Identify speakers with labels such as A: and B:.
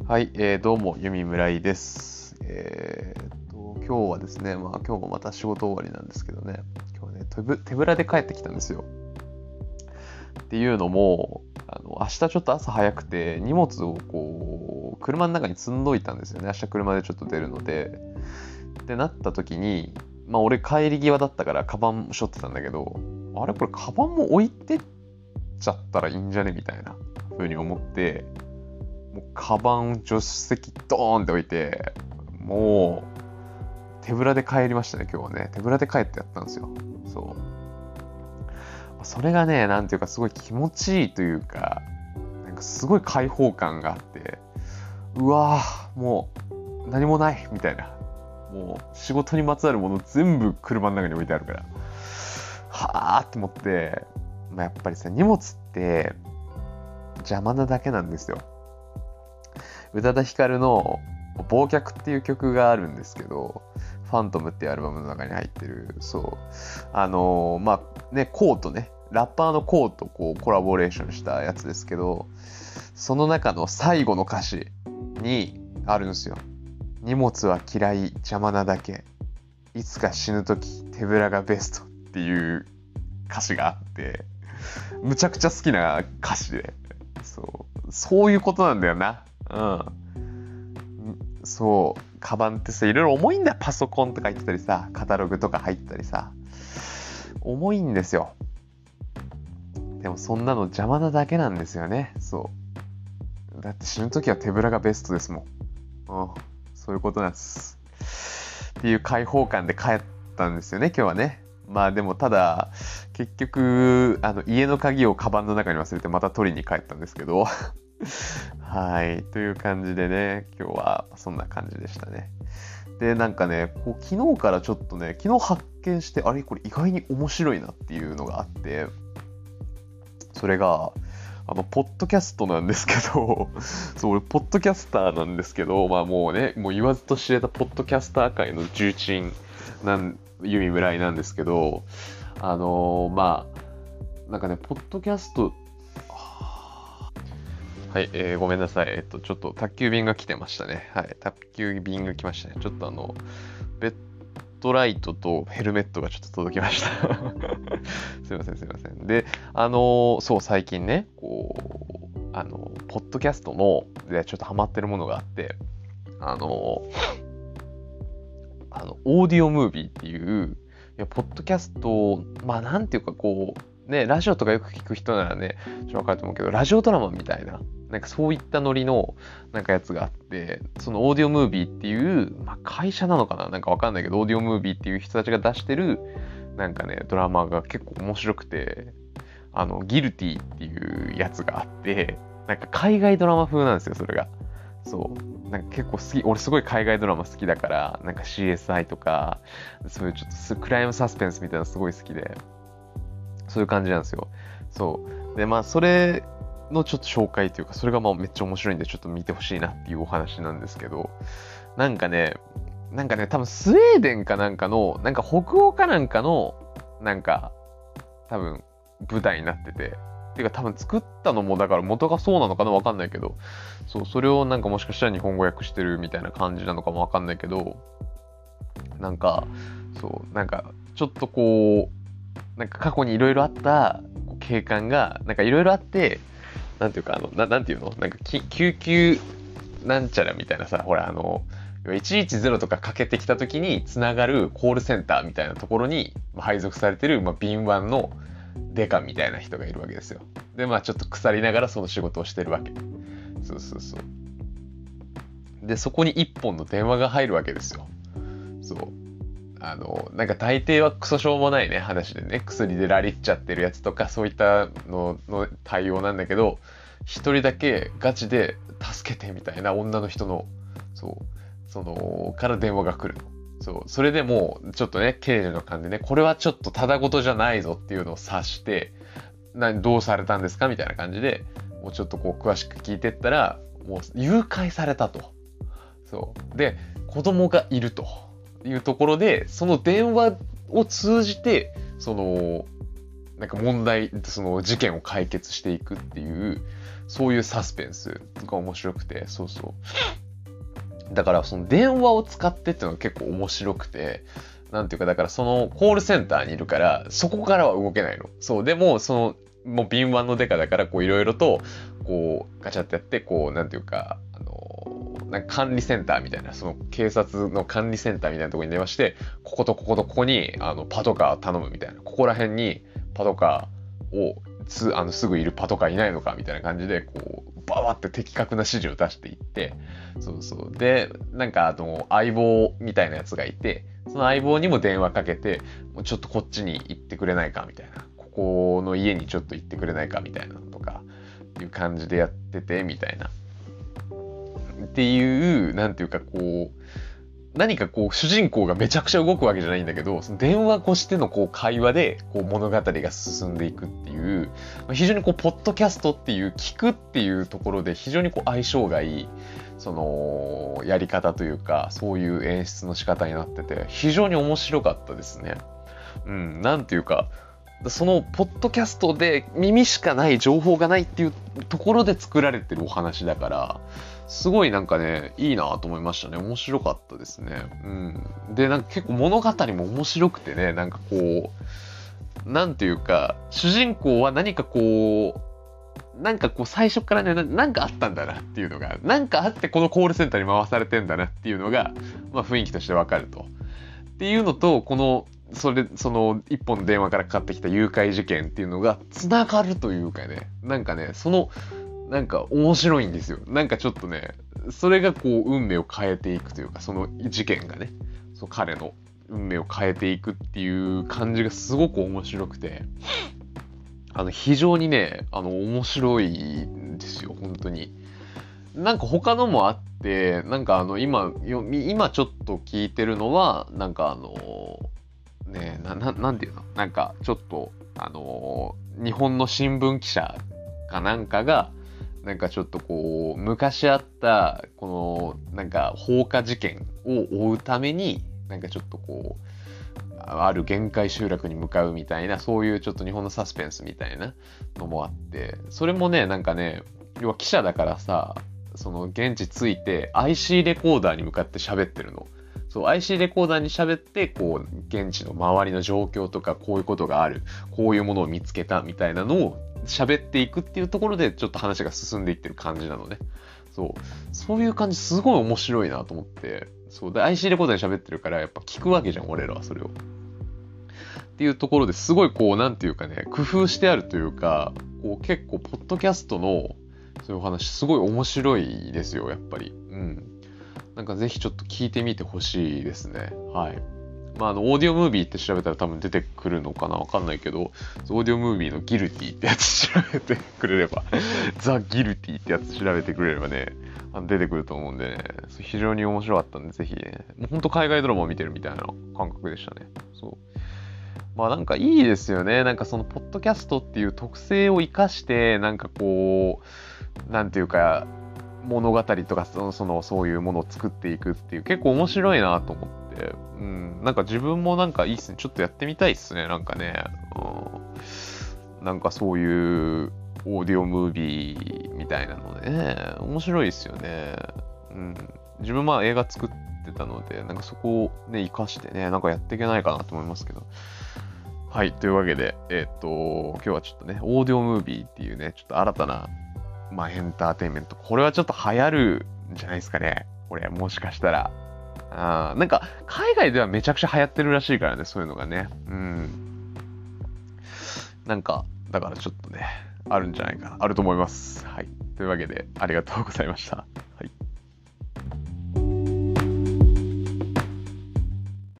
A: はい、どうも、ゆみむらいです。今日はですね、今日もまた仕事終わりなんですけどね、今日はね、手ぶらで帰ってきたんですよ。っていうのも、明日ちょっと朝早くて、荷物を車の中に積んどいたんですよね。明日車でちょっと出るので。ってなった時に、俺帰り際だったから、カバン背負ってたんだけど、あれこれカバンも置いてっちゃったらいいんじゃねみたいな風に思って、もうカバン助手席ドーンって置いて、もう手ぶらで帰りましたね、今日はね。手ぶらで帰ってやったんですよ。そう。それがね、なんていうかすごい気持ちいいというか、なんかすごい開放感があって、うわぁ、もう何もないみたいな。もう仕事にまつわるもの全部車の中に置いてあるから、はぁーって思って、やっぱりさ、荷物って邪魔なだけなんですよ。宇多田ヒカルの忘却っていう曲があるんですけど、ファントムっていうアルバムの中に入ってる、そう。コートね、ラッパーのコートコラボレーションしたやつですけど、その中の最後の歌詞にあるんですよ。荷物は嫌い、邪魔なだけ。いつか死ぬとき、手ぶらがベストっていう歌詞があって、むちゃくちゃ好きな歌詞で、そういうことなんだよな。うん。そう。カバンってさ、いろいろ重いんだよ。パソコンとか入ってたりさ、カタログとか入ってたりさ。重いんですよ。でもそんなの邪魔なだけなんですよね。そう。だって死ぬときは手ぶらがベストですもん。うん。そういうことなんです。っていう開放感で帰ったんですよね、今日はね。でもただ、結局、家の鍵をカバンの中に忘れてまた取りに帰ったんですけど。はい。という感じでね、今日はそんな感じでしたね。で、なんかね、昨日からちょっとね、昨日発見して、あれこれ意外に面白いなっていうのがあって、それが、ポッドキャストなんですけど、そう、俺、ポッドキャスターなんですけど、もうね、もう言わずと知れたポッドキャスター界の重鎮ユミムライなんですけど、なんかね、ポッドキャスト、はい、ごめんなさい。ちょっと宅急便が来てましたね。はい、宅急便が来ましたね。ちょっとベッドライトとヘルメットがちょっと届きました。すいません、すいません。で、そう、最近ね、ポッドキャストでちょっとハマってるものがあって、オーディオムービーっていう、ポッドキャスト、なんていうかラジオとかよく聞く人ならね、ちょっとわかると思うけど、ラジオドラマみたいな、なんかそういったノリの、なんかやつがあって、そのオーディオムービーっていう、会社なのかななんかわかんないけど、オーディオムービーっていう人たちが出してる、なんかね、ドラマが結構面白くて、ギルティっていうやつがあって、なんか海外ドラマ風なんですよ、それが。そう。なんか結構好き、俺すごい海外ドラマ好きだから、なんか CSI とか、そういうちょっとクライムサスペンスみたいなのすごい好きで、そういう感じなんですよ。そう。で、それのちょっと紹介というか、それがめっちゃ面白いんで、ちょっと見てほしいなっていうお話なんですけど、なんかね、多分スウェーデンかなんかの、なんか北欧かなんかの、なんか、多分舞台になってて、ていうか多分作ったのもだから元がそうなのかなわかんないけど、そう、それをなんかもしかしたら日本語訳してるみたいな感じなのかもわかんないけど、なんか、そう、なんかちょっとなんか過去にいろいろあった警官が、なんかいろいろあって、なんていうかなんていうのなんか救急なんちゃらみたいなさ、ほら110とかかけてきた時につながるコールセンターみたいなところに配属されてる、敏腕のデカみたいな人がいるわけですよ。で、ちょっと腐りながらその仕事をしてるわけ。そうそうそう。で、そこに一本の電話が入るわけですよ。そう。なんか大抵はクソしょうもないね、話でね、薬でラリっちゃってるやつとか、そういったのの対応なんだけど、一人だけガチで助けてみたいな女の人の、そう、から電話が来るの。そう、それでもう、ちょっとね、刑事の勘でね、これはちょっとただごとじゃないぞっていうのを察して、どうされたんですかみたいな感じで、もうちょっと詳しく聞いてったら、もう誘拐されたと。そう。で、子供がいるというところで、その電話を通じて、 なんか問題、その事件を解決していくっていう、そういうサスペンスが面白くて、そうそう。だからその電話を使ってっていうのが結構面白くて、なんていうか、だからそのコールセンターにいるから、そこからは動けないの。そう、でも、もう敏腕のデカだから、こういろいろと、こう、ガチャってやって、こう、なんていうか、なんか管理センターみたいな、その警察の管理センターみたいなところに電話して、こことこことここに、パトカー頼むみたいな。ここら辺にパトカーを、すぐいるパトカーいないのかみたいな感じで、こう、バーって的確な指示を出していって、そうそう。で、なんか、相棒みたいなやつがいて、その相棒にも電話かけて、もうちょっとこっちに行ってくれないかみたいな。ここの家にちょっと行ってくれないかみたいなのとか、いう感じでやってて、みたいな。っていう、なんていうかこう、何かこう主人公がめちゃくちゃ動くわけじゃないんだけど、その電話越してのこう会話でこう物語が進んでいくっていう、非常にこうポッドキャストっていう聞くっていうところで非常にこう相性がいい、そのやり方というか、そういう演出の仕方になってて、非常に面白かったですね。うん、なんていうか、そのポッドキャストで耳しかない情報がないっていうところで作られてるお話だから、すごいなんかね、いいなと思いましたね。面白かったですね。うん。で、なんか結構物語も面白くてね、なんかこう、なんていうか、主人公は何かこう、なんかこう最初からね、なんかあったんだなっていうのが、なんかあってこのコールセンターに回されてんだなっていうのが、まあ雰囲気としてわかると。っていうのと、その一本の電話からかかってきた誘拐事件っていうのが繋がるというかね、なんかね、なんか面白いんですよ。なんかちょっとね、それがこう運命を変えていくというか、その事件がね、彼の運命を変えていくっていう感じがすごく面白くて、非常にね、面白いんですよ、本当に。なんか他のもあって、なんか今ちょっと聞いてるのは、なんかねえ、なんていうの、なんかちょっと、日本の新聞記者かなんかが、なんかちょっとこう、昔あった、この、なんか放火事件を追うために、なんかちょっとこう、ある限界集落に向かうみたいな、そういうちょっと日本のサスペンスみたいなのもあって、それもね、なんかね、要は記者だからさ、その現地着いて IC レコーダーに向かって喋ってるの。そう、IC レコーダーに喋って、こう、現地の周りの状況とか、こういうことがある、こういうものを見つけたみたいなのを喋っていくっていうところで、ちょっと話が進んでいってる感じなのね。そう。そういう感じ、すごい面白いなと思って。そう。で、IC レコーダーに喋ってるから、やっぱ聞くわけじゃん、俺らはそれを。っていうところですごいこう、なんていうかね、工夫してあるというか、こう、結構、ポッドキャストの、そういうお話、すごい面白いですよ、やっぱり。うん。なんかぜひちょっと聞いてみてほしいですね。はい。まあ、オーディオムービーって調べたら多分出てくるのかなわかんないけど、オーディオムービーのギルティってやつ調べてくれれば、ザ・ギルティってやつ調べてくれればね、出てくると思うんでね、非常に面白かったんで、ぜひね、もうほんと海外ドラマを見てるみたいな感覚でしたね。そう。まあなんかいいですよね。なんかそのポッドキャストっていう特性を生かして、なんかこう、なんていうか、物語とかそういうものを作っていくっていう結構面白いなと思って、うん、なんか自分もなんかいいっすね。ちょっとやってみたいっすね。なんかね、なんかそういうオーディオムービーみたいなのでね、面白いっすよね。うん、自分映画作ってたので、なんかそこをね、活かしてね、なんかやっていけないかなと思いますけど。はい、というわけで、今日はちょっとね、オーディオムービーっていうね、ちょっと新たなエンターテインメント。これはちょっと流行るんじゃないですかね。これ、もしかしたら。なんか、海外ではめちゃくちゃ流行ってるらしいからね、そういうのがね。うん。なんか、だからちょっとね、あるんじゃないかな。あると思います。はい。というわけで、ありがとうございました。はい。